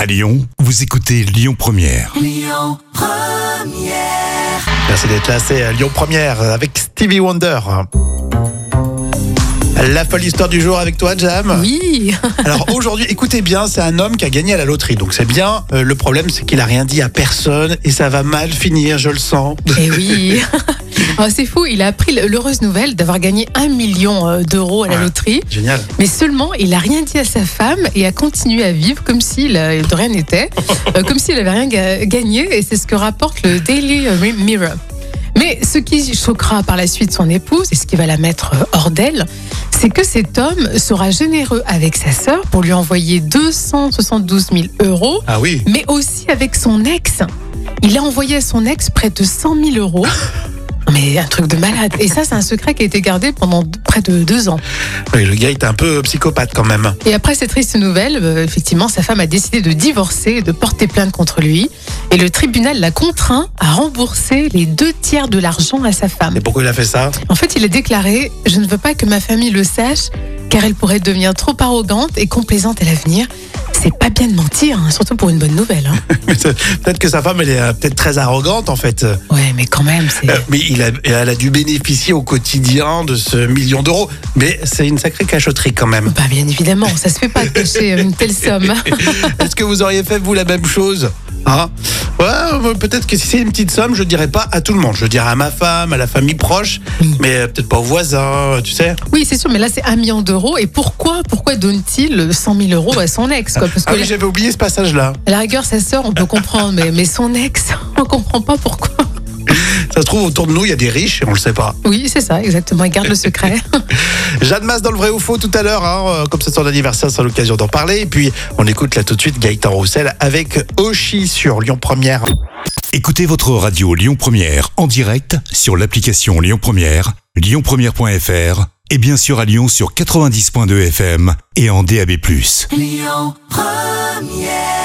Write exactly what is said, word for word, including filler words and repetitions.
À Lyon, vous écoutez Lyon Première. Lyon Première. Merci d'être là, c'est Lyon Première avec Stevie Wonder. La folle histoire du jour avec toi, Jam. Oui. Alors aujourd'hui, écoutez bien, c'est un homme qui a gagné à la loterie, donc c'est bien. Euh, le problème, c'est qu'il a rien dit à personne et ça va mal finir, je le sens. Et oui. Oh, c'est fou, il a appris l'heureuse nouvelle d'avoir gagné un million d'euros à la Ouais, loterie. Génial. Mais seulement, il n'a rien dit à sa femme et a continué à vivre comme s'il euh, de rien n'était, euh, comme s'il n'avait rien ga- gagné. Et c'est ce que rapporte le Daily Mirror. Mais ce qui choquera par la suite son épouse, et ce qui va la mettre hors d'elle, c'est que cet homme sera généreux avec sa sœur pour lui envoyer deux cent soixante-douze mille euros, Ah oui. mais aussi avec son ex. Il a envoyé à son ex près de cent mille euros. Mais un truc de malade. Et ça, c'est un secret qui a été gardé pendant près de deux ans. Oui, le gars est un peu psychopathe quand même. Et après cette triste nouvelle, euh, effectivement, sa femme a décidé de divorcer et de porter plainte contre lui. Et le tribunal l'a contraint à rembourser les deux tiers de l'argent à sa femme. Et pourquoi il a fait ça? En fait, il a déclaré « Je ne veux pas que ma famille le sache, car elle pourrait devenir trop arrogante et complaisante à l'avenir. » C'est pas bien de mentir, hein, surtout pour une bonne nouvelle. Hein. Peut-être que sa femme, elle est euh, peut-être très arrogante en fait. Ouais, mais quand même, c'est... Euh, mais il a, elle a dû bénéficier au quotidien de ce million d'euros. Mais c'est une sacrée cachotterie quand même. Bah, bien évidemment, ça se fait pas de cacher une telle somme. Est-ce que vous auriez fait, vous, la même chose? Hein? Ouais, peut-être que si c'est une petite somme, je dirais pas à tout le monde. Je dirais à ma femme, à la famille proche, Oui. mais euh, peut-être pas aux voisins, tu sais. Oui, c'est sûr, mais là, c'est un million d'euros. Et pourquoi pourquoi donne-t-il cent mille euros à son ex quoi? Parce que Ah oui, j'avais oublié ce passage-là. à la rigueur, sa sœur, on peut comprendre, mais, mais son ex, on comprend pas pourquoi. Ça se trouve, autour de nous, il y a des riches et on le sait pas. Oui, c'est ça, exactement. Il garde le secret. Jeanne Masse dans le vrai ou faux tout à l'heure, hein, comme c'est son anniversaire, c'est l'occasion d'en parler. Et puis, on écoute là tout de suite Gaëtan Roussel avec Oshi sur Lyon Première. Écoutez votre radio Lyon Première en direct sur l'application Lyon Première, lyon première point f r et bien sûr à Lyon sur quatre-vingt-dix point deux F M et en D A B plus. Lyon Première.